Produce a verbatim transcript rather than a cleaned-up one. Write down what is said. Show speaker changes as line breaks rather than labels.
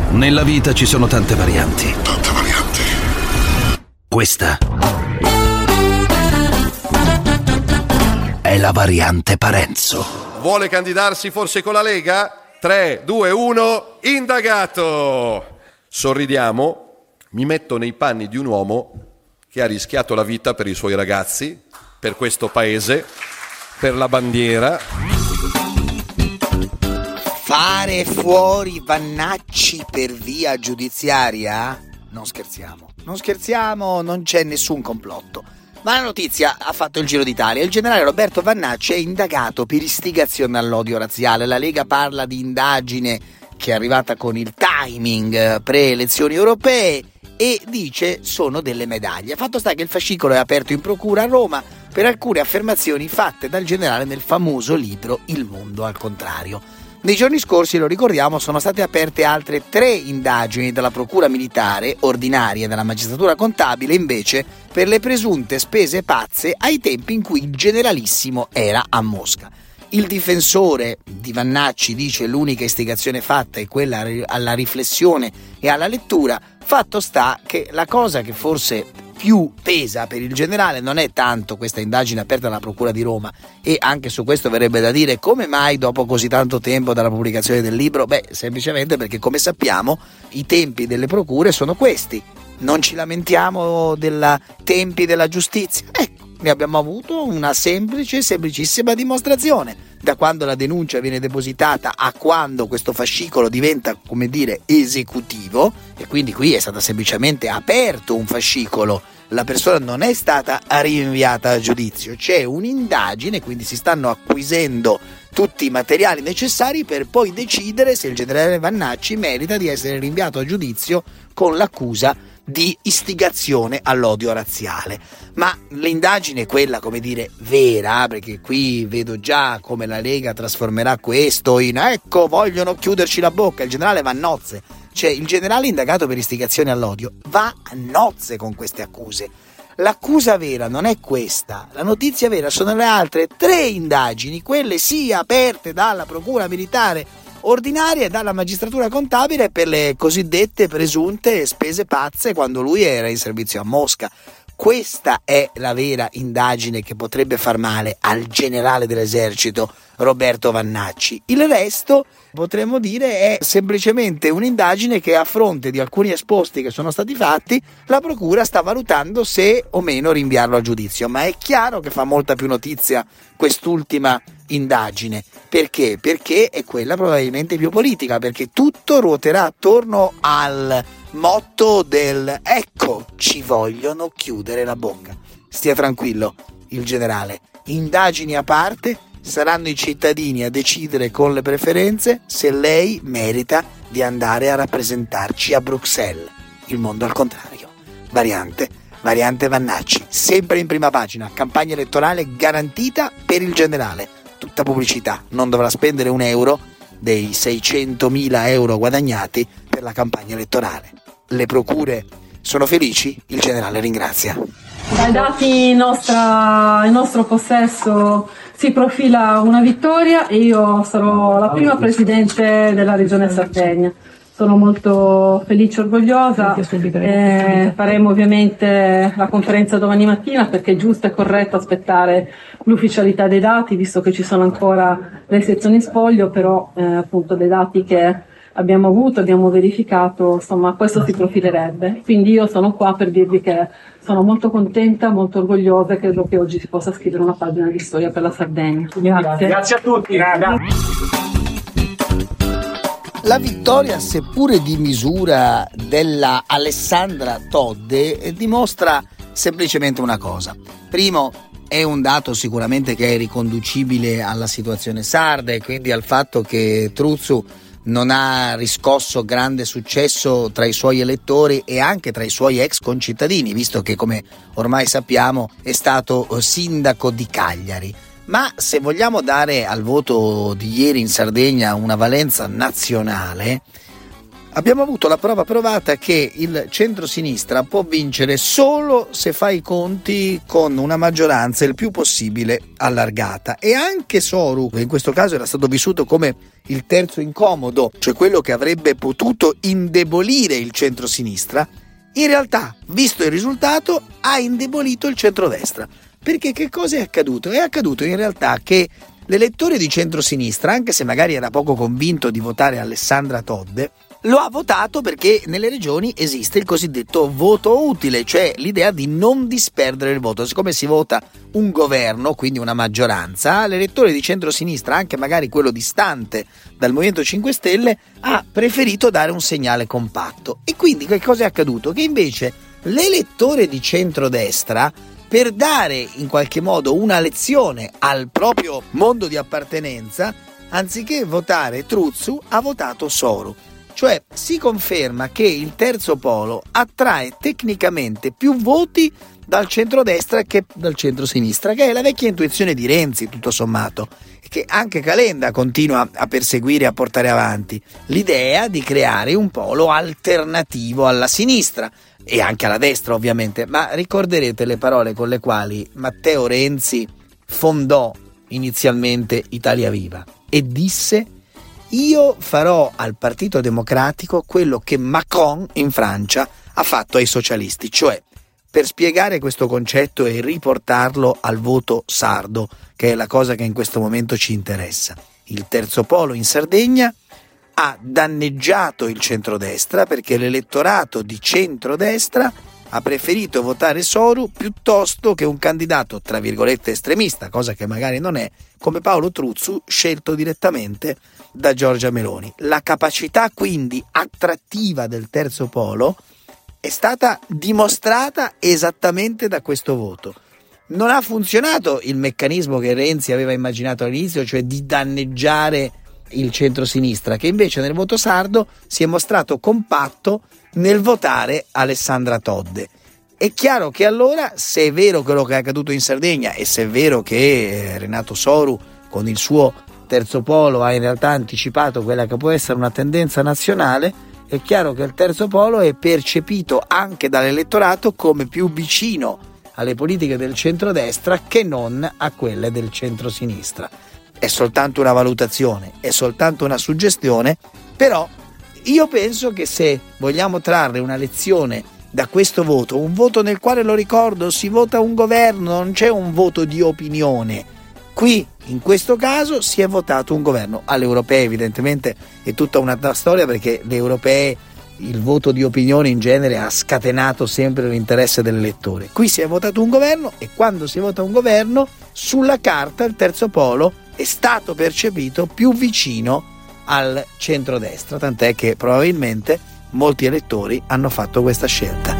Nella vita ci sono tante varianti.
Tante varianti.
Questa è la variante Parenzo.
Vuole candidarsi forse con la Lega? tre, due, uno, indagato! Sorridiamo, mi metto nei panni di un uomo che ha rischiato la vita per i suoi ragazzi, per questo paese, per la bandiera.
Fare fuori Vannacci per via giudiziaria? Non scherziamo, non scherziamo, non c'è nessun complotto. Ma la notizia ha fatto il giro d'Italia. Il generale Roberto Vannacci è indagato per istigazione all'odio razziale. La Lega parla di indagine che è arrivata con il timing pre-elezioni europee e dice sono delle medaglie. Fatto sta che il fascicolo è aperto in procura a Roma per alcune affermazioni fatte dal generale nel famoso libro Il mondo al contrario. Nei giorni scorsi, lo ricordiamo, sono state aperte altre tre indagini dalla procura militare ordinaria e dalla magistratura contabile invece per le presunte spese pazze ai tempi in cui il generalissimo era a Mosca. Il difensore di Vannacci dice l'unica istigazione fatta è quella alla riflessione e alla lettura. Fatto sta che la cosa che forse più pesa per il generale non è tanto questa indagine aperta dalla procura di Roma, e anche su questo verrebbe da dire come mai dopo così tanto tempo dalla pubblicazione del libro? Beh, semplicemente perché, come sappiamo, i tempi delle procure sono questi. Non ci lamentiamo dei tempi della giustizia. Ecco, ne abbiamo avuto una semplice, semplicissima dimostrazione. Da quando la denuncia viene depositata a quando questo fascicolo diventa, come dire, esecutivo, e quindi qui è stato semplicemente aperto un fascicolo, la persona non è stata rinviata a giudizio, c'è un'indagine, quindi si stanno acquisendo tutti i materiali necessari per poi decidere se il generale Vannacci merita di essere rinviato a giudizio con l'accusa di istigazione all'odio razziale. Ma l'indagine è quella, come dire, vera, perché qui vedo già come la Lega trasformerà questo in ecco, vogliono chiuderci la bocca, il generale va a nozze. Cioè, il generale indagato per istigazione all'odio va a nozze con queste accuse. L'accusa vera non è questa, la notizia vera sono le altre tre indagini, quelle sia aperte dalla procura militare ordinaria e dalla magistratura contabile per le cosiddette presunte spese pazze quando lui era in servizio a Mosca. Questa è la vera indagine che potrebbe far male al generale dell'esercito Roberto Vannacci. Il resto, potremmo dire, è semplicemente un'indagine che, a fronte di alcuni esposti che sono stati fatti, la procura sta valutando se o meno rinviarlo a giudizio. Ma è chiaro che fa molta più notizia quest'ultima indagine. Perché? Perché è quella probabilmente più politica, perché tutto ruoterà attorno al motto del ecco, ci vogliono chiudere la bocca. Stia tranquillo, il generale. Indagini a parte, saranno i cittadini a decidere con le preferenze se lei merita di andare a rappresentarci a Bruxelles. Il mondo al contrario. Variante, variante Vannacci, sempre in prima pagina, campagna elettorale garantita per il generale. Tutta pubblicità, non dovrà spendere un euro dei seicentomila euro guadagnati per la campagna elettorale. Le procure sono felici? Il generale ringrazia.
Dai dati in, nostra, in nostro possesso si profila una vittoria e io sarò la prima presidente della regione Sardegna. Sono molto felice e orgogliosa. Eh, faremo ovviamente la conferenza domani mattina perché è giusto e corretto aspettare l'ufficialità dei dati, visto che ci sono ancora le sezioni in spoglio, però eh, appunto dei dati che abbiamo avuto, abbiamo verificato, insomma questo si profilerebbe. Quindi io sono qua per dirvi che sono molto contenta, molto orgogliosa e credo che oggi si possa scrivere una pagina di storia per la Sardegna. Grazie. Grazie a tutti, raga.
La vittoria, seppure di misura, della Alessandra Todde dimostra semplicemente una cosa. Primo, è un dato sicuramente che è riconducibile alla situazione sarda e quindi al fatto che Truzzu non ha riscosso grande successo tra i suoi elettori e anche tra i suoi ex concittadini, visto che, come ormai sappiamo, è stato sindaco di Cagliari. Ma se vogliamo dare al voto di ieri in Sardegna una valenza nazionale, Abbiamo avuto la prova provata che il centrosinistra può vincere solo se fa i conti con una maggioranza il più possibile allargata, e anche Soru, che in questo caso era stato vissuto come il terzo incomodo, cioè quello che avrebbe potuto indebolire il centrosinistra, in realtà, visto il risultato, ha indebolito il centrodestra. Perché che cosa è accaduto? È accaduto in realtà che l'elettore di centrosinistra, anche se magari era poco convinto di votare Alessandra Todde, lo ha votato perché nelle regioni esiste il cosiddetto voto utile, cioè l'idea di non disperdere il voto. Siccome si vota un governo, quindi una maggioranza, l'elettore di centrosinistra, anche magari quello distante dal Movimento cinque Stelle, ha preferito dare un segnale compatto. E quindi che cosa è accaduto? Che invece l'elettore di centrodestra, per dare in qualche modo una lezione al proprio mondo di appartenenza, anziché votare Truzzu, ha votato Soru. Cioè si conferma che il terzo polo attrae tecnicamente più voti dal centrodestra che dal centrosinistra, che è la vecchia intuizione di Renzi, tutto sommato, e che anche Calenda continua a perseguire e a portare avanti, l'idea di creare un polo alternativo alla sinistra e anche alla destra ovviamente. Ma ricorderete le parole con le quali Matteo Renzi fondò inizialmente Italia Viva e disse: io farò al Partito Democratico quello che Macron in Francia ha fatto ai socialisti, cioè, per spiegare questo concetto e riportarlo al voto sardo, che è la cosa che in questo momento ci interessa. Il terzo polo in Sardegna ha danneggiato il centrodestra perché l'elettorato di centrodestra ha preferito votare Soru piuttosto che un candidato tra virgolette estremista, cosa che magari non è, come Paolo Truzzu, scelto direttamente da Giorgia Meloni. La capacità quindi attrattiva del terzo polo è stata dimostrata esattamente da questo voto. Non ha funzionato il meccanismo che Renzi aveva immaginato all'inizio, cioè di danneggiare il centrosinistra, che invece nel voto sardo si è mostrato compatto nel votare Alessandra Todde. È chiaro che allora, se è vero quello che è accaduto in Sardegna e se è vero che Renato Soru con il suo terzo polo ha in realtà anticipato quella che può essere una tendenza nazionale, è chiaro che il terzo polo è percepito anche dall'elettorato come più vicino alle politiche del centrodestra che non a quelle del centrosinistra. È soltanto una valutazione, è soltanto una suggestione, però io penso che se vogliamo trarre una lezione da questo voto, un voto nel quale, lo ricordo, si vota un governo, non c'è un voto di opinione. Qui, in questo caso, si è votato un governo. Alle europee evidentemente è tutta un'altra storia, perché le europee, il voto di opinione in genere ha scatenato sempre l'interesse dell'elettore. Qui si è votato un governo e quando si vota un governo, sulla carta il terzo polo è stato percepito più vicino al centrodestra, tant'è che probabilmente molti elettori hanno fatto questa scelta.